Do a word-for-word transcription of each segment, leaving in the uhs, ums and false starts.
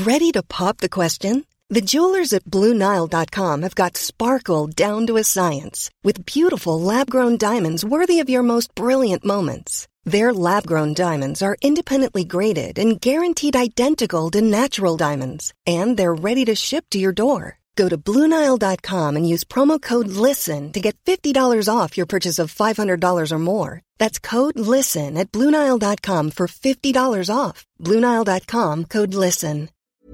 Ready to pop the question? The jewelers at Blue Nile dot com have got sparkle down to a science with beautiful lab-grown diamonds worthy of your most brilliant moments. Their lab-grown diamonds are independently graded and guaranteed identical to natural diamonds, and they're ready to ship to your door. Go to Blue Nile dot com and use promo code LISTEN to get fifty dollars off your purchase of five hundred dollars or more. That's code LISTEN at Blue Nile dot com for fifty dollars off. Blue Nile dot com, code LISTEN.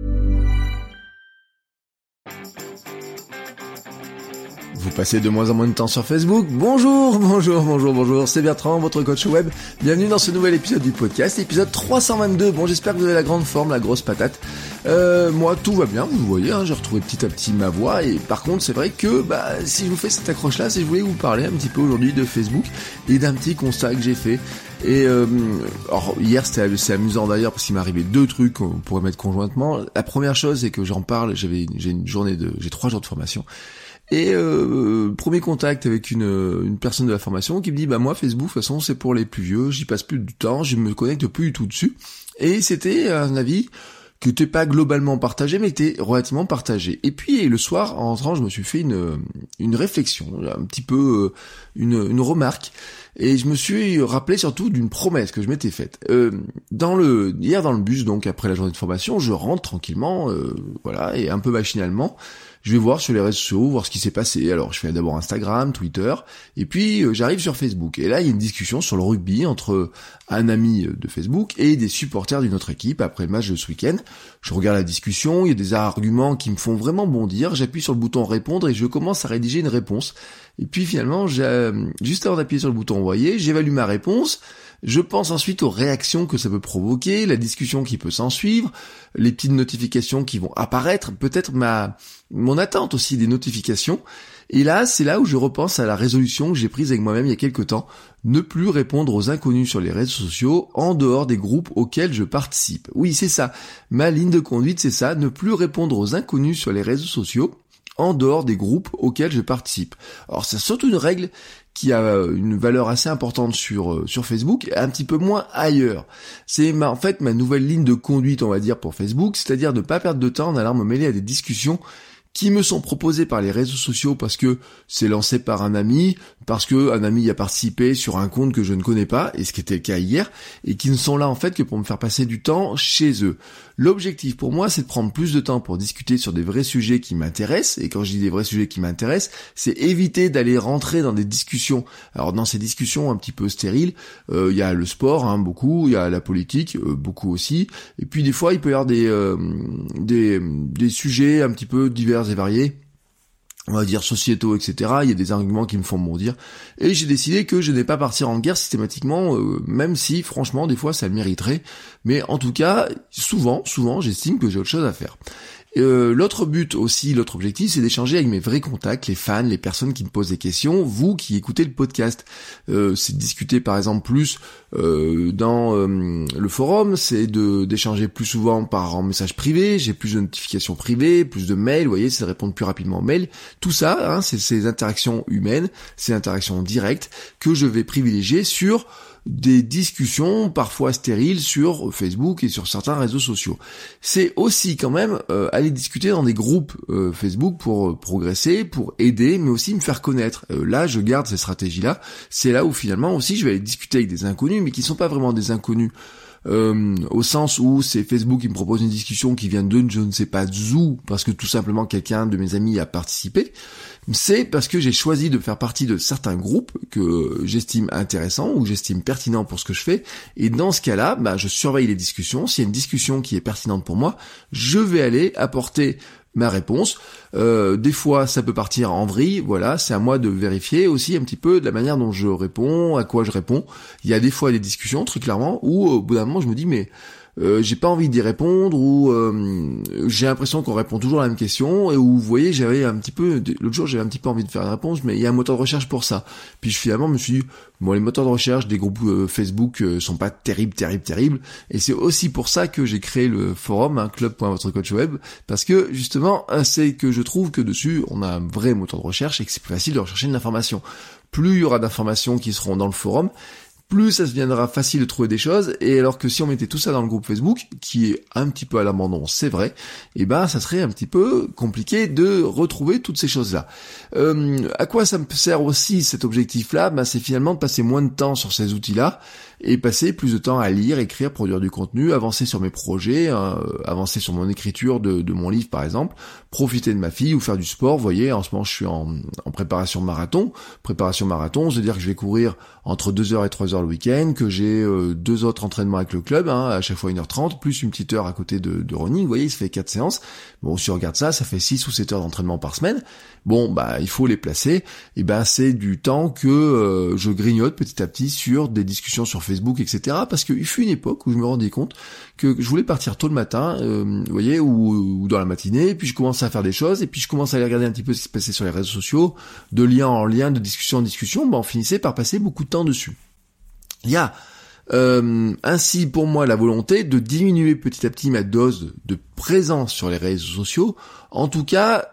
Vous passez de moins en moins de temps sur Facebook. Bonjour, bonjour, bonjour, bonjour, c'est Bertrand, votre coach web. Bienvenue dans ce nouvel épisode du podcast, épisode trois cent vingt-deux. Bon, j'espère que vous avez la grande forme, la grosse patate. Euh, moi, tout va bien, vous voyez, hein, j'ai retrouvé petit à petit ma voix. Et par contre, c'est vrai que bah, si je vous fais cette accroche-là, c'est que je voulais vous parler un petit peu aujourd'hui de Facebook et d'un petit constat que j'ai fait. Et euh, alors hier c'était c'est amusant d'ailleurs parce qu'il m'est arrivé deux trucs qu'on pourrait mettre conjointement. La première chose c'est que j'en parle, j'avais j'ai une journée de j'ai trois jours de formation. Et euh, premier contact avec une une personne de la formation qui me dit bah moi Facebook de toute façon c'est pour les plus vieux, j'y passe plus du temps, je me connecte plus du tout dessus. Et c'était un avis qui n'était pas globalement partagé mais était relativement partagé. Et puis le soir en rentrant je me suis fait une une réflexion, un petit peu une une remarque. Et je me suis rappelé surtout d'une promesse que je m'étais faite. Euh, dans le hier dans le bus, donc après la journée de formation, je rentre tranquillement, euh, voilà, et un peu machinalement, je vais voir sur les réseaux sociaux, voir ce qui s'est passé. Alors je fais d'abord Instagram, Twitter, et puis euh, j'arrive sur Facebook. Et là il y a une discussion sur le rugby entre un ami de Facebook et des supporters d'une autre équipe après le match de ce week-end. Je regarde la discussion, il y a des arguments qui me font vraiment bondir. J'appuie sur le bouton répondre et je commence à rédiger une réponse. Et puis finalement, j'ai, juste avant d'appuyer sur le bouton envoyer, j'évalue ma réponse. Je pense ensuite aux réactions que ça peut provoquer, la discussion qui peut s'en suivre, les petites notifications qui vont apparaître, peut-être ma mon attente aussi des notifications. Et là, c'est là où je repense à la résolution que j'ai prise avec moi-même il y a quelque temps, ne plus répondre aux inconnus sur les réseaux sociaux en dehors des groupes auxquels je participe. Oui, c'est ça. Ma ligne de conduite, c'est ça, ne plus répondre aux inconnus sur les réseaux sociaux en dehors des groupes auxquels je participe. Alors c'est surtout une règle qui a une valeur assez importante sur euh, sur Facebook, un petit peu moins ailleurs. C'est ma, en fait ma nouvelle ligne de conduite, on va dire, pour Facebook, c'est-à-dire ne pas perdre de temps en allant me mêler à des discussions qui me sont proposés par les réseaux sociaux parce que c'est lancé par un ami, parce que un ami y a participé sur un compte que je ne connais pas, et ce qui était le cas hier, et qui ne sont là en fait que pour me faire passer du temps chez eux. L'objectif pour moi, c'est de prendre plus de temps pour discuter sur des vrais sujets qui m'intéressent, et quand je dis des vrais sujets qui m'intéressent, c'est éviter d'aller rentrer dans des discussions. Alors dans ces discussions un petit peu stériles, il euh, y a le sport, hein, beaucoup, il y a la politique, euh, beaucoup aussi, et puis des fois il peut y avoir des, euh, des, des sujets un petit peu divers et variés, on va dire sociétaux, et cetera. Il y a des arguments qui me font bondir. Et j'ai décidé que je n'ai pas partir en guerre systématiquement, euh, même si, franchement, des fois, ça le mériterait. Mais en tout cas, souvent, souvent, j'estime que j'ai autre chose à faire. Euh, l'autre but aussi, l'autre objectif, c'est d'échanger avec mes vrais contacts, les fans, les personnes qui me posent des questions, vous qui écoutez le podcast. Euh, c'est de discuter par exemple plus euh, dans euh, le forum, c'est de d'échanger plus souvent par en message privé, j'ai plus de notifications privées, plus de mails, vous voyez, c'est de répondre plus rapidement aux mails. Tout ça, hein, c'est ces interactions humaines, ces interactions directes que je vais privilégier sur des discussions parfois stériles sur Facebook et sur certains réseaux sociaux. C'est aussi quand même euh, aller discuter dans des groupes euh, Facebook pour euh, progresser, pour aider, mais aussi me faire connaître. Euh, là, je garde ces stratégies-là. C'est là où finalement aussi je vais aller discuter avec des inconnus, mais qui sont pas vraiment des inconnus. Euh, au sens où c'est Facebook qui me propose une discussion qui vient de je ne sais pas d'où, parce que tout simplement quelqu'un de mes amis a participé. C'est parce que j'ai choisi de faire partie de certains groupes que j'estime intéressants ou que j'estime pertinents pour ce que je fais, et dans ce cas-là, bah, je surveille les discussions. S'il y a une discussion qui est pertinente pour moi, je vais aller apporter ma réponse. Euh, des fois, ça peut partir en vrille, voilà, c'est à moi de vérifier aussi un petit peu de la manière dont je réponds, à quoi je réponds. Il y a des fois des discussions, très clairement, où au bout d'un moment, je me dis, mais euh, j'ai pas envie d'y répondre, ou euh, j'ai l'impression qu'on répond toujours à la même question, et où, vous voyez, j'avais un petit peu, l'autre jour, j'avais un petit peu envie de faire une réponse, mais il y a un moteur de recherche pour ça. Puis je, finalement, me suis dit, bon, les moteurs de recherche des groupes euh, Facebook euh, sont pas terribles, terribles, terribles, et c'est aussi pour ça que j'ai créé le forum, hein, club point votre coach web, parce que, justement, c'est que je trouve que dessus, on a un vrai moteur de recherche, et que c'est plus facile de rechercher une information. Plus il y aura d'informations qui seront dans le forum, plus ça deviendra facile de trouver des choses, et alors que si on mettait tout ça dans le groupe Facebook, qui est un petit peu à l'abandon, c'est vrai, et ben ça serait un petit peu compliqué de retrouver toutes ces choses-là. Euh, à quoi ça me sert aussi cet objectif-là? Ben c'est finalement de passer moins de temps sur ces outils-là, et passer plus de temps à lire, écrire, produire du contenu, avancer sur mes projets, hein, avancer sur mon écriture de, de mon livre par exemple, profiter de ma fille ou faire du sport. Vous voyez, en ce moment je suis en, en préparation marathon, préparation marathon, c'est-à-dire que je vais courir entre deux heures et trois heures le week-end, que j'ai euh, deux autres entraînements avec le club, hein, à chaque fois une heure trente, plus une petite heure à côté de, de running, vous voyez, il se fait quatre séances. Bon, si on regarde ça, ça fait six ou sept heures d'entraînement par semaine. Bon, bah il faut les placer, et ben c'est du temps que euh, je grignote petit à petit sur des discussions sur Facebook, et cetera. Parce qu'il fut une époque où je me rendais compte que je voulais partir tôt le matin, euh, vous voyez, ou, ou dans la matinée, puis je commençais à faire des choses, et puis je commençais à aller regarder un petit peu ce qui se passait sur les réseaux sociaux, de lien en lien, de discussion en discussion, ben on finissait par passer beaucoup de temps dessus. Il y a euh, ainsi pour moi la volonté de diminuer petit à petit ma dose de présence sur les réseaux sociaux, en tout cas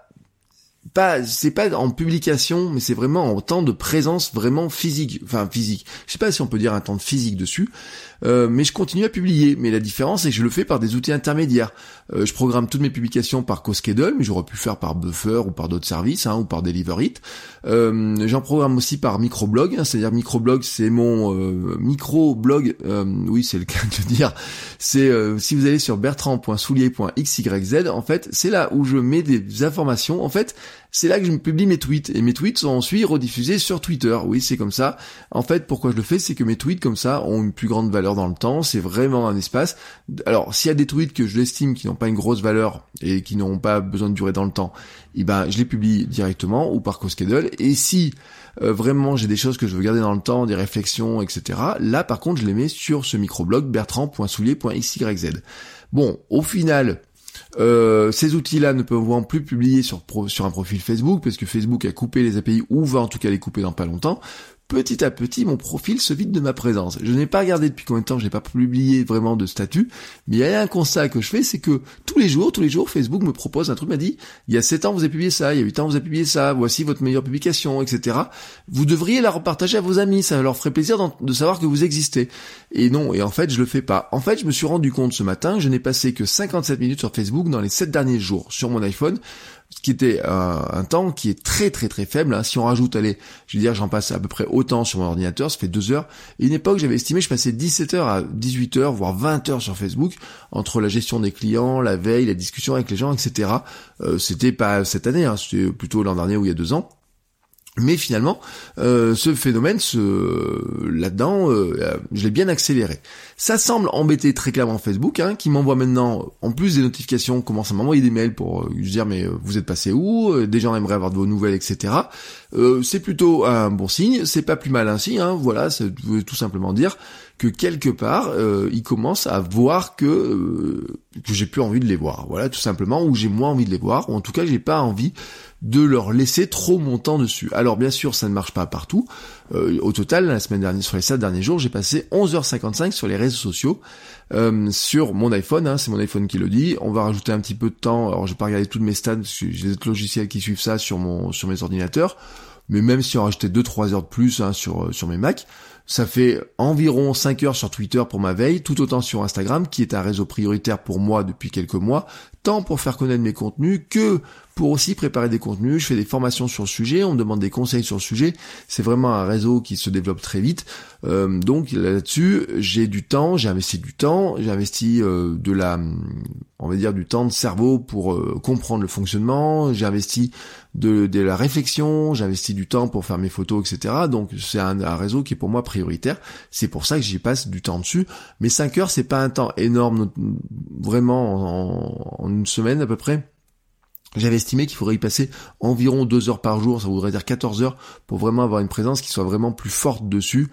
pas, c'est pas en publication, mais c'est vraiment en temps de présence vraiment physique, enfin physique. Je sais pas si on peut dire un temps de physique dessus, euh, mais je continue à publier. Mais la différence, c'est que je le fais par des outils intermédiaires. Euh, je programme toutes mes publications par CoSchedule, mais j'aurais pu le faire par Buffer ou par d'autres services, hein, ou par Deliverit. Euh, j'en programme aussi par microblog, hein, c'est-à-dire microblog, c'est mon euh, microblog, euh, oui, c'est le cas de dire. C'est euh, si vous allez sur bertrand point soulier point x y z, en fait, c'est là où je mets des informations. En fait, c'est là que je me publie mes tweets, et mes tweets sont ensuite rediffusés sur Twitter. Oui, c'est comme ça. En fait, pourquoi je le fais, c'est que mes tweets comme ça ont une plus grande valeur dans le temps. C'est vraiment un espace. Alors, s'il y a des tweets que je l'estime qui n'ont pas une grosse valeur et qui n'ont pas besoin de durer dans le temps, eh ben, je les publie directement ou par CoSchedule. Et si euh, vraiment j'ai des choses que je veux garder dans le temps, des réflexions, et cetera, là, par contre, je les mets sur ce microblog bertrand point soulier point x y z. Bon, au final, Euh, ces outils-là ne peuvent plus publier sur, pro, sur un profil Facebook, parce que Facebook a coupé les A P I, ou va en tout cas les couper dans pas longtemps. Petit à petit, mon profil se vide de ma présence. Je n'ai pas regardé depuis combien de temps, je n'ai pas publié vraiment de statut, mais il y a un constat que je fais, c'est que tous les jours, tous les jours, Facebook me propose un truc, m'a dit, il y a sept ans vous avez publié ça, il y a huit ans vous avez publié ça, voici votre meilleure publication, et cetera. Vous devriez la repartager à vos amis, ça leur ferait plaisir de savoir que vous existez. Et non, et en fait, je le fais pas. En fait, je me suis rendu compte ce matin, je n'ai passé que cinquante-sept minutes sur Facebook dans les sept derniers jours, sur mon iPhone, ce qui était un, un temps qui est très très très faible, hein. Si on rajoute, allez, je veux dire, j'en passe à peu près autant sur mon ordinateur, ça fait deux heures. Et une époque, j'avais estimé, je passais dix-sept heures à dix-huit heures, voire vingt heures sur Facebook, entre la gestion des clients, la veille, la discussion avec les gens, et cetera. Euh, c'était pas cette année, hein, c'était plutôt l'an dernier ou il y a deux ans. Mais finalement, euh, ce phénomène, ce là-dedans, euh, je l'ai bien accéléré. Ça semble embêter très clairement Facebook, hein, qui m'envoie maintenant, en plus des notifications, commence à m'envoyer des mails pour euh, dire mais vous êtes passé où, des gens aimeraient avoir de vos nouvelles, et cetera. Euh, c'est plutôt un bon signe, c'est pas plus mal ainsi, hein, voilà, ça veut tout simplement dire que quelque part, euh, ils commencent à voir que euh, que j'ai plus envie de les voir, voilà, tout simplement, ou j'ai moins envie de les voir, ou en tout cas j'ai pas envie de leur laisser trop mon temps dessus. Alors bien sûr, ça ne marche pas partout. Euh, au total, la semaine dernière, sur les sept derniers jours, j'ai passé onze heures cinquante-cinq sur les réseaux sociaux, euh, sur mon iPhone, hein, c'est mon iPhone qui le dit. On va rajouter un petit peu de temps. Alors je vais pas regarder toutes mes stats, parce que j'ai des logiciels qui suivent ça sur mon sur mes ordinateurs. Mais même si on rajoutait deux trois heures de plus, hein, sur sur mes Macs, ça fait environ cinq heures sur Twitter pour ma veille, tout autant sur Instagram, qui est un réseau prioritaire pour moi depuis quelques mois, tant pour faire connaître mes contenus que pour aussi préparer des contenus. Je fais des formations sur le sujet, on me demande des conseils sur le sujet. C'est vraiment un réseau qui se développe très vite. Euh, donc là-dessus, j'ai du temps, j'ai investi du temps, j'ai investi euh, de la, on va dire du temps de cerveau pour euh, comprendre le fonctionnement. J'ai investi de, de la réflexion, j'ai investi du temps pour faire mes photos, et cetera. Donc c'est un, un réseau qui est pour moi prioritaire. C'est pour ça que j'y passe du temps dessus. Mais cinq heures, c'est pas un temps énorme, vraiment en, en une semaine à peu près. J'avais estimé qu'il faudrait y passer environ deux heures par jour, ça voudrait dire quatorze heures, pour vraiment avoir une présence qui soit vraiment plus forte dessus.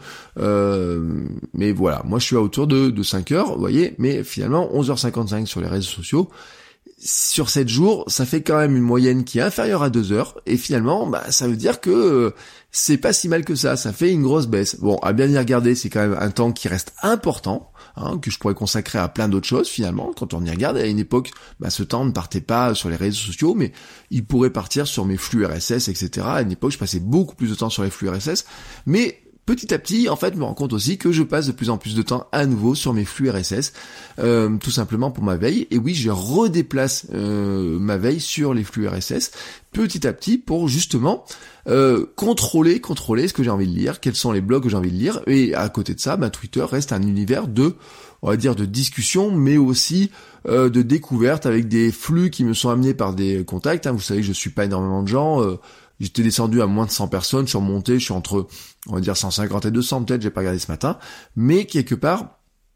Euh, mais voilà, moi je suis à autour de, de cinq heures, vous voyez, mais finalement onze heures cinquante-cinq sur les réseaux sociaux. Sur sept jours, ça fait quand même une moyenne qui est inférieure à deux heures, et finalement, bah, ça veut dire que euh, c'est pas si mal que ça, ça fait une grosse baisse. Bon, à bien y regarder, c'est quand même un temps qui reste important, hein, que je pourrais consacrer à plein d'autres choses finalement. Quand on y regarde, à une époque, bah, ce temps ne partait pas sur les réseaux sociaux, mais il pourrait partir sur mes flux R S S, et cetera. À une époque, je passais beaucoup plus de temps sur les flux R S S, mais petit à petit, en fait, je me rends compte aussi que je passe de plus en plus de temps à nouveau sur mes flux R S S, euh, tout simplement pour ma veille. Et oui, je redéplace euh, ma veille sur les flux R S S petit à petit pour justement euh, contrôler, contrôler ce que j'ai envie de lire, quels sont les blogs que j'ai envie de lire. Et à côté de ça, bah, Twitter reste un univers de, on va dire, de discussion, mais aussi euh, de découverte avec des flux qui me sont amenés par des contacts. Hein. Vous savez que je suis pas énormément de gens. Euh, j'étais descendu à moins de cent personnes. Je suis remonté, je suis entre, on va dire, cent cinquante et deux cents peut-être. J'ai pas regardé ce matin, mais quelque part,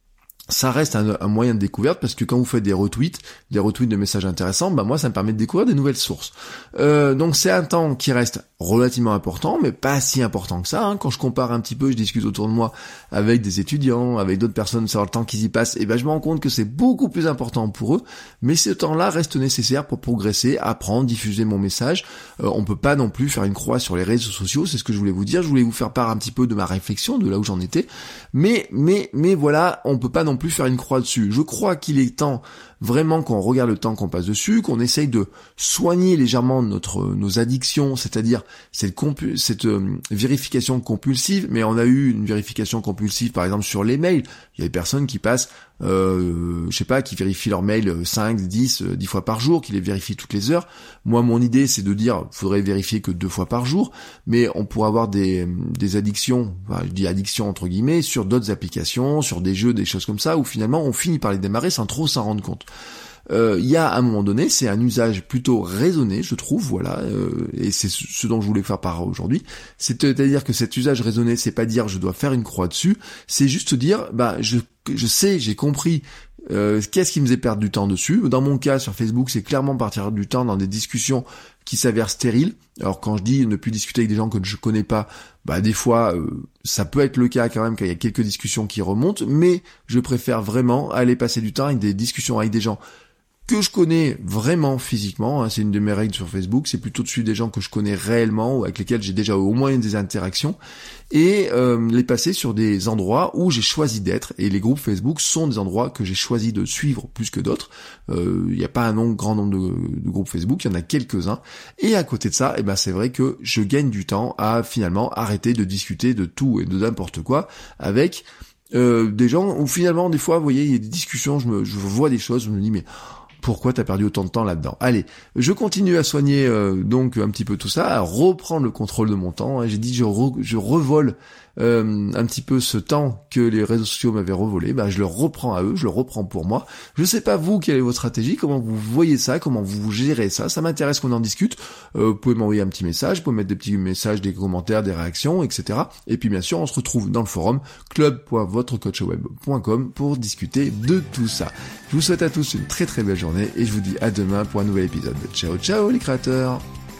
ça reste un, un moyen de découverte parce que quand vous faites des retweets, des retweets de messages intéressants, bah moi ça me permet de découvrir des nouvelles sources. Euh, donc c'est un temps qui reste relativement important, mais pas si important que ça. Hein. Quand je compare un petit peu, je discute autour de moi avec des étudiants, avec d'autres personnes sur le temps qu'ils y passent, et ben je me rends compte que c'est beaucoup plus important pour eux. Mais ce temps-là reste nécessaire pour progresser, apprendre, diffuser mon message. Euh, on peut pas non plus faire une croix sur les réseaux sociaux. C'est ce que je voulais vous dire. Je voulais vous faire part un petit peu de ma réflexion, de là où j'en étais. Mais mais mais voilà, on peut pas non plus faire une croix dessus. Je crois qu'il est temps vraiment qu'on regarde le temps qu'on passe dessus, qu'on essaye de soigner légèrement notre nos addictions, c'est-à-dire cette, compu- cette euh, vérification compulsive. Mais on a eu une vérification compulsive par exemple sur les mails. Il y a des personnes qui passent, euh, je sais pas, qui vérifient leurs mails cinq, dix, dix fois par jour, qui les vérifient toutes les heures. Moi, mon idée, c'est de dire, faudrait vérifier que deux fois par jour, mais on pourrait avoir des des addictions, enfin, je dis addictions entre guillemets, sur d'autres applications, sur des jeux, des choses comme ça, où finalement on finit par les démarrer sans trop s'en rendre compte. Il euh, y a à un moment donné, c'est un usage plutôt raisonné, je trouve, voilà, euh, et c'est ce dont je voulais faire part aujourd'hui. C'est-à-dire que cet usage raisonné, c'est pas dire je dois faire une croix dessus, c'est juste dire, bah je je sais, j'ai compris. Euh, qu'est-ce qui me faisait perdre du temps dessus. Dans mon cas, sur Facebook, c'est clairement partir du temps dans des discussions qui s'avèrent stériles. Alors quand je dis ne plus discuter avec des gens que je connais pas, bah des fois, euh, ça peut être le cas quand même quand il y a quelques discussions qui remontent, mais je préfère vraiment aller passer du temps avec des discussions avec des gens que je connais vraiment physiquement, hein, c'est une de mes règles sur Facebook, c'est plutôt de suivre des gens que je connais réellement ou avec lesquels j'ai déjà au moins des interactions et euh, les passer sur des endroits où j'ai choisi d'être, et les groupes Facebook sont des endroits que j'ai choisi de suivre plus que d'autres. Il n'y a pas un nombre, grand nombre de, de groupes Facebook, il y en a quelques-uns, et à côté de ça, eh ben c'est vrai que je gagne du temps à finalement arrêter de discuter de tout et de n'importe quoi avec euh, des gens où finalement des fois, vous voyez, il y a des discussions, je, me, je vois des choses, je me dis mais pourquoi t'as perdu autant de temps là-dedans? Allez, je continue à soigner euh, donc un petit peu tout ça, à reprendre le contrôle de mon temps. J'ai dit je, re, je revole euh, un petit peu ce temps que les réseaux sociaux m'avaient revolé. Bah, je le reprends à eux, je le reprends pour moi. Je sais pas vous, quelle est votre stratégie, comment vous voyez ça, comment vous gérez ça. Ça m'intéresse qu'on en discute. Euh, vous pouvez m'envoyer un petit message, vous pouvez mettre des petits messages, des commentaires, des réactions, et cetera. Et puis bien sûr, on se retrouve dans le forum club point votre coach web point com pour discuter de tout ça. Je vous souhaite à tous une très très belle journée et je vous dis à demain pour un nouvel épisode. Ciao ciao les créateurs.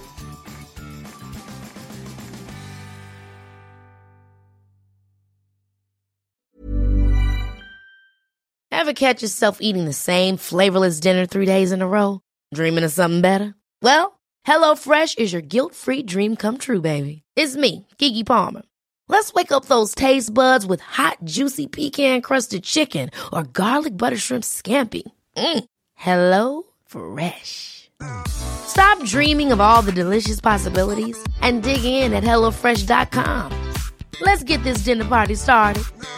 Ever catch yourself eating the same flavorless dinner three days in a row? Dreaming of something better? Well, HelloFresh is your guilt-free dream come true, baby. It's me, Keke Palmer. Let's wake up those taste buds with hot, juicy pecan-crusted chicken or garlic butter shrimp scampi. Mm. Hello Fresh. Stop dreaming of all the delicious possibilities and dig in at hello fresh dot com. Let's get this dinner party started.